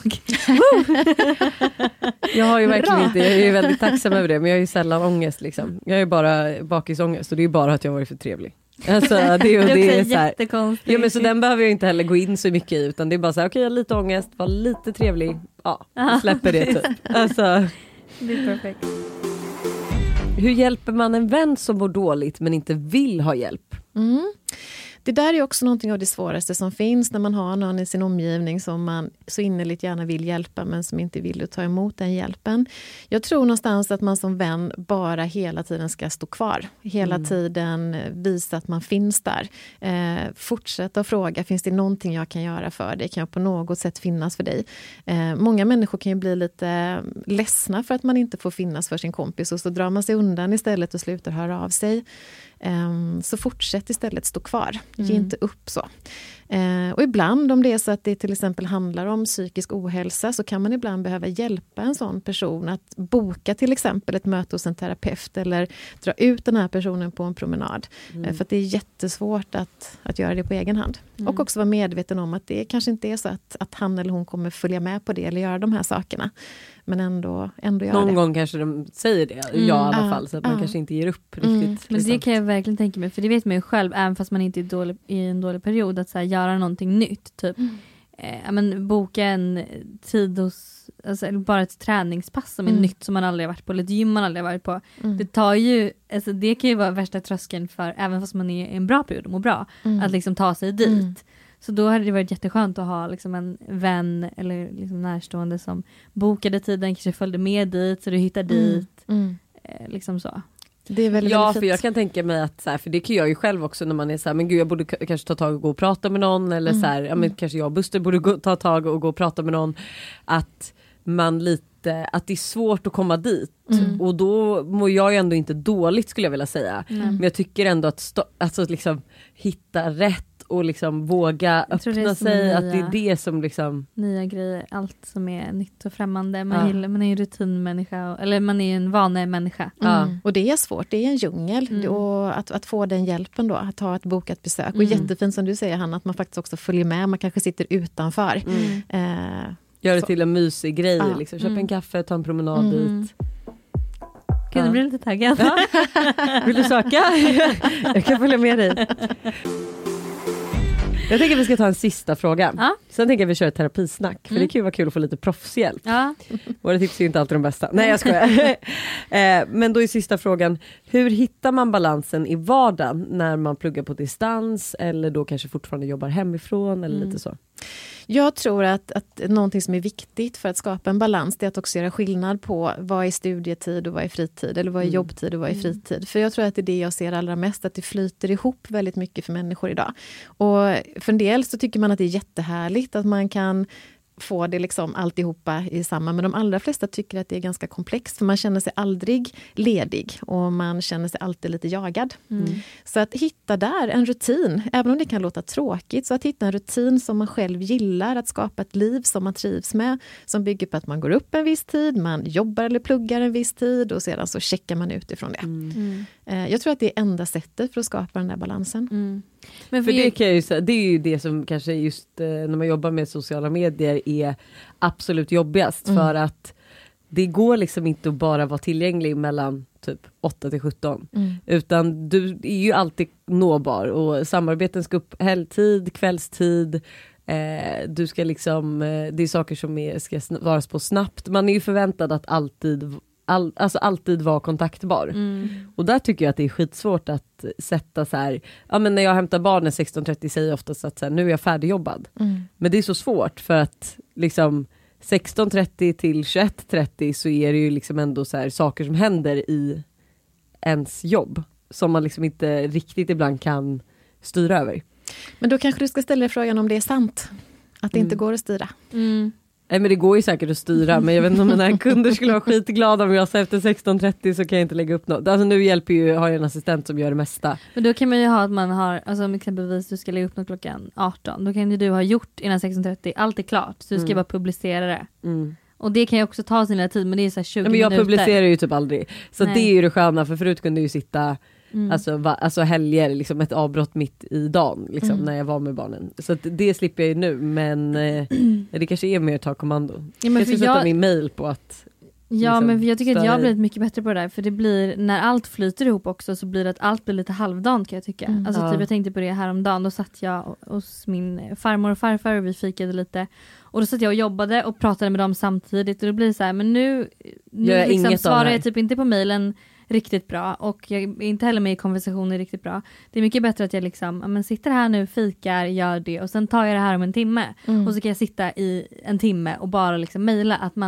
S1: Jag har ju verkligen inte, jag är ju väldigt tacksam över det, men jag har ju sällan ångest liksom. Jag är ju bara bakisångest och det är bara att jag varit för trevlig. Alltså, det är så här,
S2: jättekonstigt.
S1: Ja, men så den behöver jag inte heller gå in så mycket i, utan det är bara så här, okej, jag har lite ångest, var lite trevlig. Ja, släpper det typ. Alltså,
S2: det är perfekt.
S1: Hur hjälper man en vän som mår dåligt men inte vill ha hjälp?
S3: Det där är också någonting av det svåraste som finns när man har någon i sin omgivning som man så innerligt gärna vill hjälpa men som inte vill ta emot den hjälpen. Jag tror någonstans att man som vän bara hela tiden ska stå kvar. Hela tiden visa att man finns där. Fortsätta att fråga, finns det någonting jag kan göra för dig? Kan jag på något sätt finnas för dig? Många människor kan ju bli lite ledsna för att man inte får finnas för sin kompis och så drar man sig undan istället och slutar höra av sig. Så fortsätt istället stå kvar. Ge inte upp så. Och ibland om det är så att det till exempel handlar om psykisk ohälsa så kan man ibland behöva hjälpa en sån person att boka till exempel ett möte hos en terapeut eller dra ut den här personen på en promenad. För att det är jättesvårt att göra det på egen hand. Och också vara medveten om att det kanske inte är så att han eller hon kommer följa med på det eller göra de här sakerna. Men ändå göra
S1: någon
S3: det.
S1: gång kanske de säger det, i alla fall, så att man kanske inte ger upp riktigt.
S2: Men det kan jag verkligen tänka mig, för det vet man ju själv, även fast man inte är i en dålig period, att så här, göra någonting nytt, typ boka en tid hos, alltså, eller bara ett träningspass som är nytt som man aldrig har varit på, eller ett gym man aldrig har varit på. Det tar ju, alltså, det kan ju vara värsta tröskeln för, även fast man är i en bra period och mår bra, att liksom ta sig dit. Så då hade det varit jätteskönt att ha liksom en vän eller liksom närstående som bokade tiden, kanske följde med dit så du hittar dit. Liksom så.
S3: Det är väldigt,
S1: ja,
S3: väldigt
S1: för
S3: fint.
S1: jag kan tänka mig att så här, för det kan jag ju själv också när man är så här, men gud, jag borde kanske ta tag och gå och prata med någon, eller så här, ja, men kanske jag och Buster borde ta tag och gå och prata med någon, att man lite att det är svårt att komma dit. Och då mår jag ju ändå inte dåligt skulle jag vilja säga. Men jag tycker ändå att alltså liksom hitta rätt och liksom våga öppna sig, att det är det som liksom...
S2: Nya grejer, allt som är nytt och främmande. Man är ju rutinmänniska, eller man är ju en vanemänniska.
S3: Och det är svårt, det är en djungel. Och att få den hjälpen då, att ha ett bokat besök. Och jättefint som du säger, Hanna, att man faktiskt också följer med. Man kanske sitter utanför.
S1: Gör det till en mysig grej. Liksom. Köp en kaffe, ta en promenad dit.
S2: Gud, du blir lite taggad.
S1: Vill du söka? Jag kan följa med dig. Jag tänker att vi ska ta en sista fråga. Sen tänker jag att vi kör ett terapisnack. För det kan ju vara kul att få lite proffshjälp. Våra tips är ju inte alltid de bästa. Nej, jag skojar. Men då är sista frågan. Hur hittar man balansen i vardagen när man pluggar på distans? Eller då kanske fortfarande jobbar hemifrån? Eller lite så.
S3: Jag tror att någonting som är viktigt för att skapa en balans, det är att också göra skillnad på vad är studietid och vad är fritid, eller vad är jobbtid och vad är fritid. För jag tror att det är det jag ser allra mest, att det flyter ihop väldigt mycket för människor idag. Och för en del så tycker man att det är jättehärligt att man kan få det liksom alltihopa i samma. Men de allra flesta tycker att det är ganska komplext. För man känner sig aldrig ledig. Och man känner sig alltid lite jagad. Så att hitta där en rutin. Även om det kan låta tråkigt. Så att hitta en rutin som man själv gillar. Att skapa ett liv som man trivs med. Som bygger på att man går upp en viss tid. Man jobbar eller pluggar en viss tid. Och sedan så checkar man utifrån det. Jag tror att det är enda sättet för att skapa den där balansen.
S1: Men för det kan jag ju säga, det är ju det som kanske just när man jobbar med sociala medier är absolut jobbigast. För att det går liksom inte att bara vara tillgänglig mellan typ 8 till 17. Utan du är ju alltid nåbar. Och samarbeten ska upp helgtid, kvällstid. Du ska liksom, det är saker som ska vara på snabbt. Man är ju förväntad att alltid vara kontaktbar. Och där tycker jag att det är skitsvårt att sätta så här, ja men när jag hämtar barnen 16:30 säger jag oftast att så här, nu är jag färdigjobbad. Men det är så svårt för att liksom 16:30 till 21:30 så är det ju liksom ändå så här saker som händer i ens jobb som man liksom inte riktigt ibland kan styra över.
S3: Men då kanske du ska ställa frågan om det är sant. Att det inte går att styra.
S1: Nej, men det går ju säkert att styra, men jag vet inte om mina kunder skulle vara skitglada om jag sa efter 16:30 så kan jag inte lägga upp något. Alltså nu har jag en assistent som gör det mesta. Men
S2: då kan man ju ha att man har, alltså om exempelvis du ska lägga upp något klockan 18, då kan ju du ha gjort innan 16:30, allt är klart, så du ska bara publicera det. Och det kan ju också ta sin tid, men det är så här 20 minuter.
S1: Men jag publicerar ju typ aldrig. Så det är ju det sköna, för förut kunde ju sitta alltså helger, liksom ett avbrott mitt i dagen liksom, när jag var med barnen. Så att det slipper jag ju nu, men det kanske är mer att ta kommando. Jag ska sätta min mail på att
S2: men jag tycker att jag har blivit mycket bättre på det där, för det blir, när allt flyter ihop också, så blir det att allt blir lite halvdant, kan jag tycka. Alltså typ jag tänkte på det häromdagen, då satt jag hos min farmor och farfar och vi fikade lite, och då satt jag och jobbade och pratade med dem samtidigt, och det blir så här, men nu liksom svarar jag typ inte på mailen riktigt bra, och jag är inte heller med i konversationer riktigt bra. Det är mycket bättre att jag liksom, sitter här nu, fikar, gör det, och sen tar jag det här om en timme. Och så kan jag sitta i en timme och bara liksom mejla, att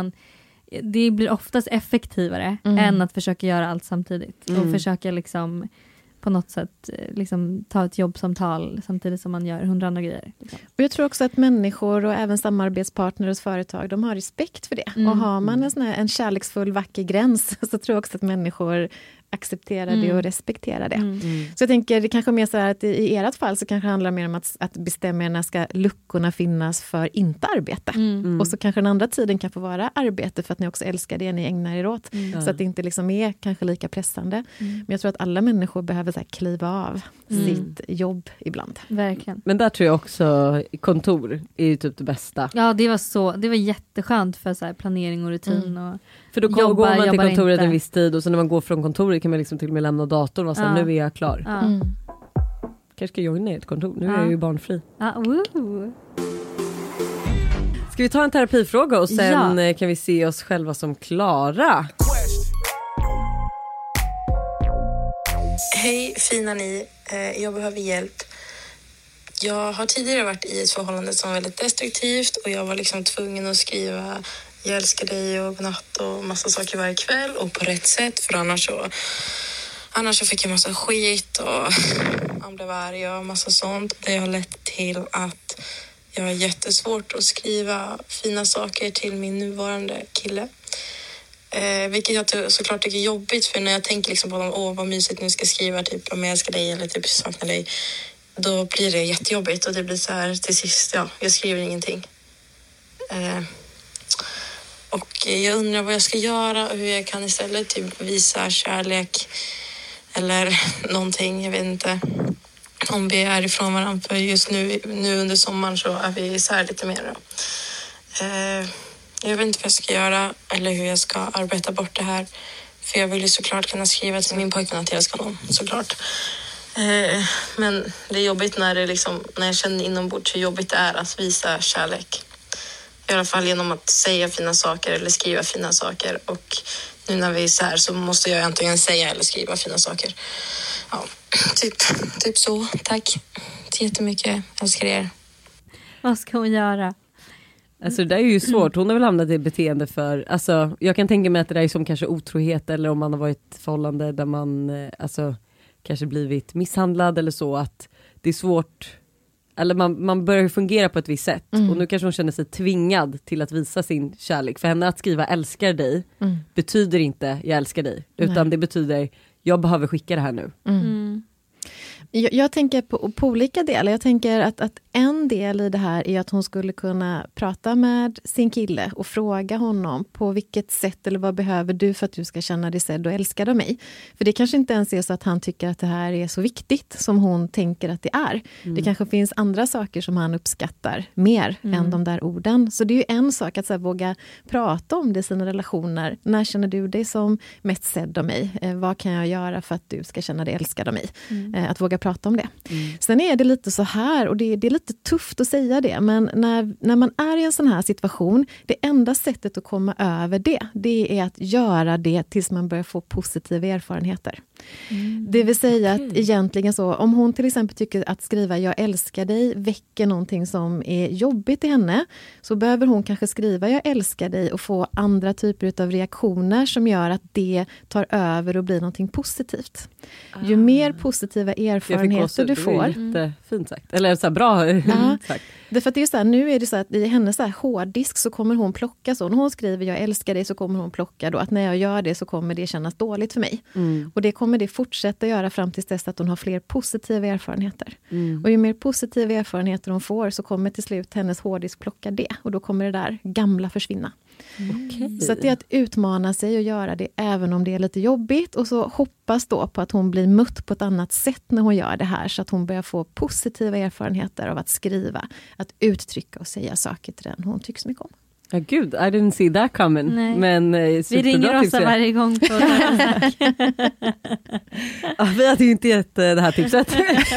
S2: det blir oftast effektivare än att försöka göra allt samtidigt. Och försöka liksom på något sätt liksom ta ett jobbsamtal samtidigt som man gör 100 andra grejer. Liksom.
S3: Och jag tror också att människor och även samarbetspartner hos företag, de har respekt för det. Och har man en kärleksfull, vacker gräns, så tror jag också att människor acceptera det och respektera det. Så jag tänker, det kanske mer så här att i ert fall så kanske det handlar mer om att bestämma när ska luckorna finnas för inte arbete. Och så kanske den andra tiden kan få vara arbete för att ni också älskar det ni ägnar er åt. Så att det inte liksom är kanske lika pressande. Men jag tror att alla människor behöver så här kliva av sitt jobb ibland.
S2: Verkligen.
S1: Men där tror jag också kontor är ju typ det bästa.
S2: Ja, det var jätteskönt för så här planering och rutin. Och
S1: för då går man till kontoret en viss tid, och så när man går från kontoret kan man liksom till och med lämna datorn och sen nu är jag klar. Kanske ska jag joina ett kontor, nu är jag ju barnfri. Ska vi ta en terapifråga och sen kan vi se oss själva som klara.
S4: Hej fina ni, jag behöver hjälp. Jag har tidigare varit i ett förhållande som var väldigt destruktivt, och jag var liksom tvungen att skriva jag älskar dig och godnatt och massa saker varje kväll, och på rätt sätt, för annars så fick jag massa skit och han blev arg och massa sånt. Det har lett till att jag har jättesvårt att skriva fina saker till min nuvarande kille. Vilket jag såklart tycker är jobbigt, för när jag tänker liksom på dem, vad mysigt nu ska jag skriva typ om jag älskar dig eller typ saknar dig, då blir det jättejobbigt och det blir så här till sist, jag skriver ingenting. Och jag undrar vad jag ska göra och hur jag kan istället typ visa kärlek eller någonting, jag vet inte. Om vi är ifrån varandra, för just nu under sommaren så är vi isär lite mer. Jag vet inte vad jag ska göra eller hur jag ska arbeta bort det här. För jag vill ju såklart kunna skriva till min pojkvän att jag älskar honom, såklart. Men det är jobbigt när jag känner inombords hur jobbigt det är att visa kärlek. I alla fall genom att säga fina saker eller skriva fina saker. Och nu när vi är så här så måste jag antingen säga eller skriva fina saker. Ja, typ så. Tack så jättemycket. Jag älskar er.
S2: Vad ska hon göra?
S1: Alltså det där är ju svårt. Hon har väl hamnat i beteende för... Alltså, jag kan tänka mig att det där är som kanske otrohet, eller om man har varit i ett förhållande där man kanske blivit misshandlad eller så. Att det är svårt... Eller man börjar ju fungera på ett visst sätt. Och nu kanske hon känner sig tvingad till att visa sin kärlek. För henne att skriva älskar dig betyder inte jag älskar dig. Utan det betyder jag behöver skicka det här nu.
S3: Jag tänker på olika delar. Jag tänker att en del i det här är att hon skulle kunna prata med sin kille och fråga honom på vilket sätt eller vad behöver du för att du ska känna dig sedd och älskad av mig. För det kanske inte ens är så att han tycker att det här är så viktigt som hon tänker att det är. Det kanske finns andra saker som han uppskattar mer än de där orden. Så det är ju en sak att så här, våga prata om det i sina relationer. När känner du dig som mest sedd av mig? Vad kan jag göra för att du ska känna dig älskad av mig? Att våga prata om det. Sen är det lite så här, och det är lite tufft att säga det, men när man är i en sån här situation, det enda sättet att komma över det är att göra det tills man börjar få positiva erfarenheter. Det vill säga att egentligen så, om hon till exempel tycker att skriva jag älskar dig väcker någonting som är jobbigt i henne, så behöver hon kanske skriva jag älskar dig och få andra typer av reaktioner som gör att det tar över och blir någonting positivt. Ju mer positiva erfarenheter du får.
S1: Jättefint sagt. Eller så här, bra sagt.
S3: Därför att det är så här, nu är det så att i hennes så här hårddisk så kommer hon plocka så. När hon skriver jag älskar dig så kommer hon plocka då att när jag gör det så kommer det kännas dåligt för mig. Och det kommer det fortsätta göra fram tills dess att hon har fler positiva erfarenheter. Och ju mer positiva erfarenheter hon får så kommer till slut hennes hårddisk plocka det. Och då kommer det där gamla försvinna. Så att det är att utmana sig och göra det även om det är lite jobbigt, och så hoppas då på att hon blir mött på ett annat sätt när hon gör det här, så att hon börjar få positiva erfarenheter av att skriva, att uttrycka och säga saker till den hon tycker så mycket om.
S1: Ja gud, I didn't see that coming.
S2: Nej.
S1: Men
S2: vi ringer Rosa varje gång på
S1: vi hade ju inte gett det här tipset.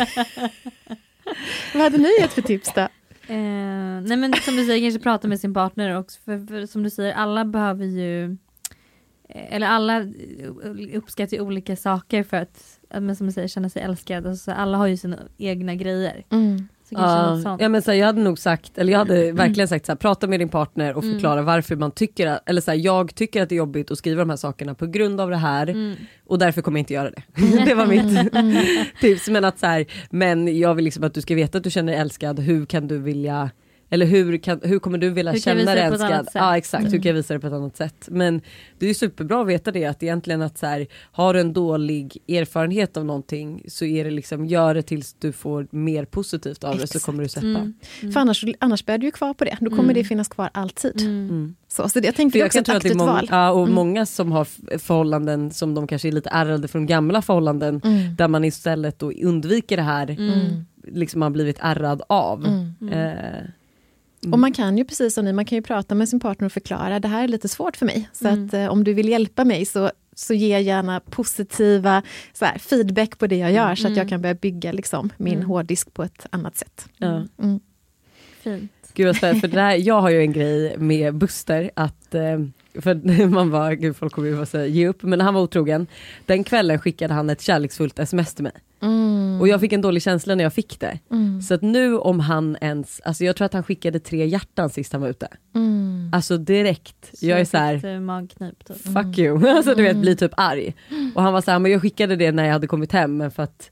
S3: Vad hade ni gett för tips då?
S2: Nej men som du säger, kanske prata med sin partner också, för som du säger, alla behöver ju, eller alla uppskattar ju olika saker för att, men som du säger, känna sig älskad, och så alla har ju sina egna grejer.
S1: Ja, men så här, jag hade nog sagt, eller jag hade verkligen sagt så här, prata med din partner och förklara varför man tycker att, eller så här, jag tycker att det är jobbigt att skriva de här sakerna på grund av det här och därför kommer jag inte göra det. Det var mitt tips, men att så här, men jag vill liksom att du ska veta att du känner dig älskad, hur kan du vilja, eller hur kommer du vilja känna dig älskad? Ja, exakt. Hur kan jag visa det på ett annat sätt? Men det är ju superbra att veta det, att egentligen att så här, har du en dålig erfarenhet av någonting, så är det liksom, gör det tills du får mer positivt av det, så kommer du släppa.
S3: För annars bär du ju kvar på det. Då kommer det finnas kvar alltid. Så jag tänker
S1: jag
S3: också ett aktivt val.
S1: Ja, och många som har förhållanden som de kanske är lite ärrade från gamla förhållanden, där man istället då undviker det här, liksom har blivit ärrad av.
S3: Och man kan ju, precis som ni, man kan ju prata med sin partner och förklara, det här är lite svårt för mig. Så att om du vill hjälpa mig så ge gärna positiva så här, feedback på det jag gör, så att jag kan börja bygga liksom, min hårddisk på ett annat sätt.
S2: Fint.
S1: Gud, för det här, jag har ju en grej med Buster, att för man var, gud, folk kommer ju säga ge upp, men när han var otrogen, den kvällen skickade han ett kärleksfullt sms till mig. Och jag fick en dålig känsla när jag fick det. Så att nu om han ens, alltså jag tror att han skickade 3 hjärtan sist han var ute. Alltså direkt, så jag är så här
S2: magknip typ.
S1: Fuck you. Alltså du vet, blir typ arg. Och han var så här, men jag skickade det när jag hade kommit hem, men för att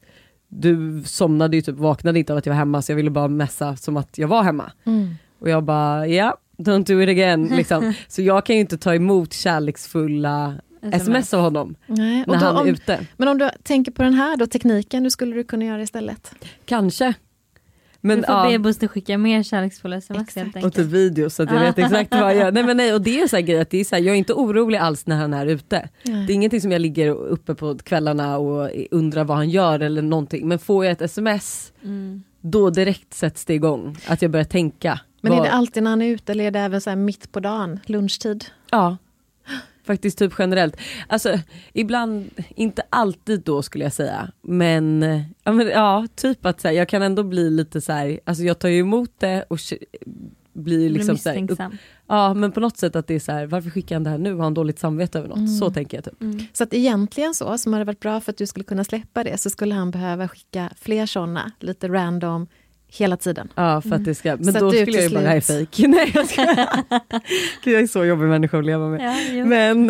S1: du somnade ju typ, vaknade inte av att jag var hemma, så jag ville bara messa som att jag var hemma. Och jag bara, don't do it again liksom. Så jag kan ju inte ta emot kärleksfulla sms av honom.
S3: Nej.
S1: När han är ute.
S3: Men om du tänker på den här då, tekniken, hur skulle du kunna göra istället?
S1: Kanske. Men,
S2: du får be Buster skicka mer kärleksfulla sms helt enkelt.
S1: Och till video så att jag vet exakt vad jag gör. Nej, och det är så här grej att det är så här, jag är inte orolig alls när han är ute. Nej. Det är ingenting som jag ligger uppe på kvällarna och undrar vad han gör eller någonting. Men får jag ett sms, då direkt sätts det igång. Att jag börjar tänka.
S3: Men är det alltid när han är ute eller är det även så här mitt på dagen, lunchtid?
S1: Ja. Faktiskt typ generellt. Alltså ibland, inte alltid då skulle jag säga. Men typ att så här, jag kan ändå bli lite så här, alltså jag tar ju emot det och blir liksom så här, men på något sätt att det är så här, varför skickar han det här nu? Har han dåligt samvete över något? Så tänker jag typ.
S3: Så att egentligen så, som hade varit bra för att du skulle kunna släppa det, så skulle han behöva skicka fler sådana, lite random hela tiden.
S1: Ja, för att det ska, men så då skulle jag ju bara, det här är fake. Nej, jag är så jobbig människa att leva med. Ja,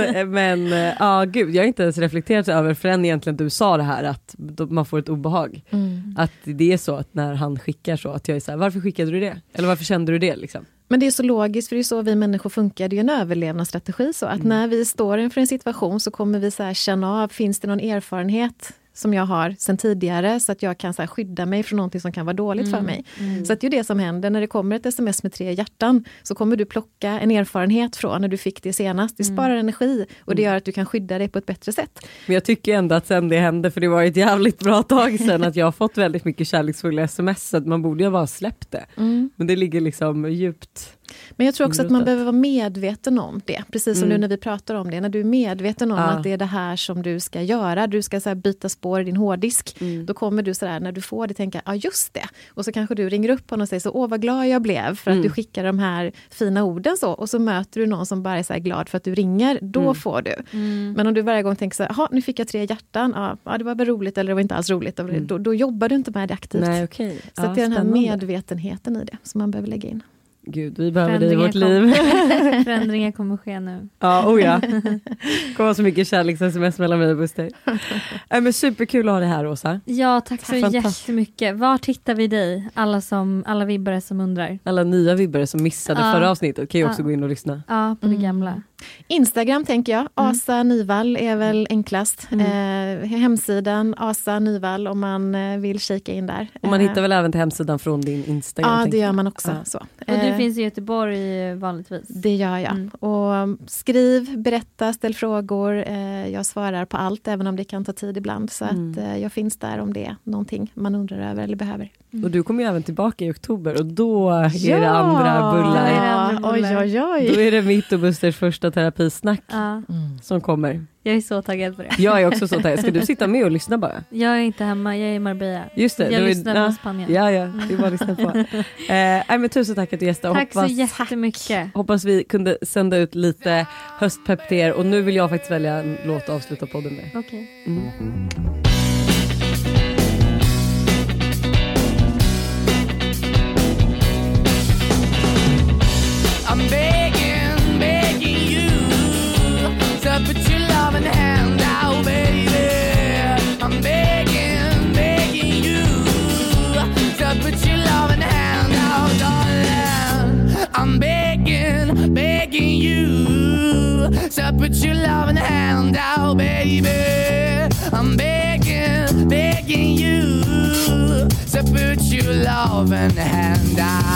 S1: men gud, jag har inte ens reflekterat över förrän egentligen du sa det här att man får ett obehag. Att det är så att när han skickar så att jag är så här, varför skickade du det? Eller varför kände du det liksom?
S3: Men det är så logiskt, för det är så vi människor funkar. Det är ju en överlevnadsstrategi så att när vi står inför en situation så kommer vi så här känna av, finns det någon erfarenhet som jag har sedan tidigare så att jag kan så här skydda mig från någonting som kan vara dåligt för mig. Så att det är det som händer när det kommer ett sms med 3 hjärtan, så kommer du plocka en erfarenhet från när du fick det senast. Det sparar energi och det gör att du kan skydda dig på ett bättre sätt. Men
S1: jag tycker ändå att sen det hände, för det var ett jävligt bra tag sedan att jag har fått väldigt mycket kärleksfulla sms, så att man borde ju bara släppt det. Men det ligger liksom djupt.
S3: Men jag tror också att man behöver vara medveten om det. Precis som nu när vi pratar om det. När du är medveten om att det är det här som du ska göra. Du ska så här byta spår i din hårddisk. Då kommer du så där, när du får det, tänka, ja just det. Och så kanske du ringer upp honom och säger så, åh vad glad jag blev för att du skickar de här fina orden så. Och så möter du någon som bara är så här glad för att du ringer. Då får du. Men om du varje gång tänker så här, nu fick jag 3 hjärtan. Ja, det var väl roligt eller det var inte alls roligt. Då jobbar du inte med det aktivt.
S1: Nej, okay.
S3: Så att det är den här medvetenheten i det som man behöver lägga in.
S1: Gud, vi behöver det i vårt liv.
S2: Förändringar kommer ske nu.
S1: Ja. Det kommer så mycket kärleks-sms mellan mig och Buster. Men superkul att ha det här, Åsa.
S2: Ja, tack så jättemycket. Var hittar vi dig? Alla vibbare som undrar.
S1: Alla nya vibbare som missade förra avsnittet kan ju också gå in och lyssna.
S2: Ja, på det gamla.
S3: Instagram tänker jag. Asa Nyvall är väl enklast. Hemsidan Asa Nyvall om man vill kika in där.
S1: Och man hittar väl även till hemsidan från din Instagram?
S3: Ja, det gör man också. Så.
S2: Och du finns i Göteborg vanligtvis?
S3: Det gör jag. Och skriv, berätta, ställ frågor. Jag svarar på allt, även om det kan ta tid ibland. Så att jag finns där om det är någonting man undrar över eller behöver.
S1: Och du kommer ju även tillbaka i oktober och då är det andra bullar.
S3: Oj.
S1: Då är det mitt och Busters första terapisnack som kommer.
S2: Jag är så taggad på det.
S1: Jag är också så taggad. Ska du sitta med och lyssna bara?
S2: Jag är inte hemma, jag är i Marbella.
S1: Just det.
S2: Jag lyssnar på Spanien.
S1: Ja, det är bara att lyssna på. Men tusen tack att du gästade.
S2: Tack så jättemycket.
S1: Hoppas vi kunde sända ut lite höstpepp till er. Och nu vill jag faktiskt välja en låt att avsluta podden med.
S2: Okej.
S5: I'm begging you to put your loving hand out, baby. I'm begging you to put your loving hand out, darling. I'm begging you to put your loving hand out, baby. I'm begging you to put your loving hand out.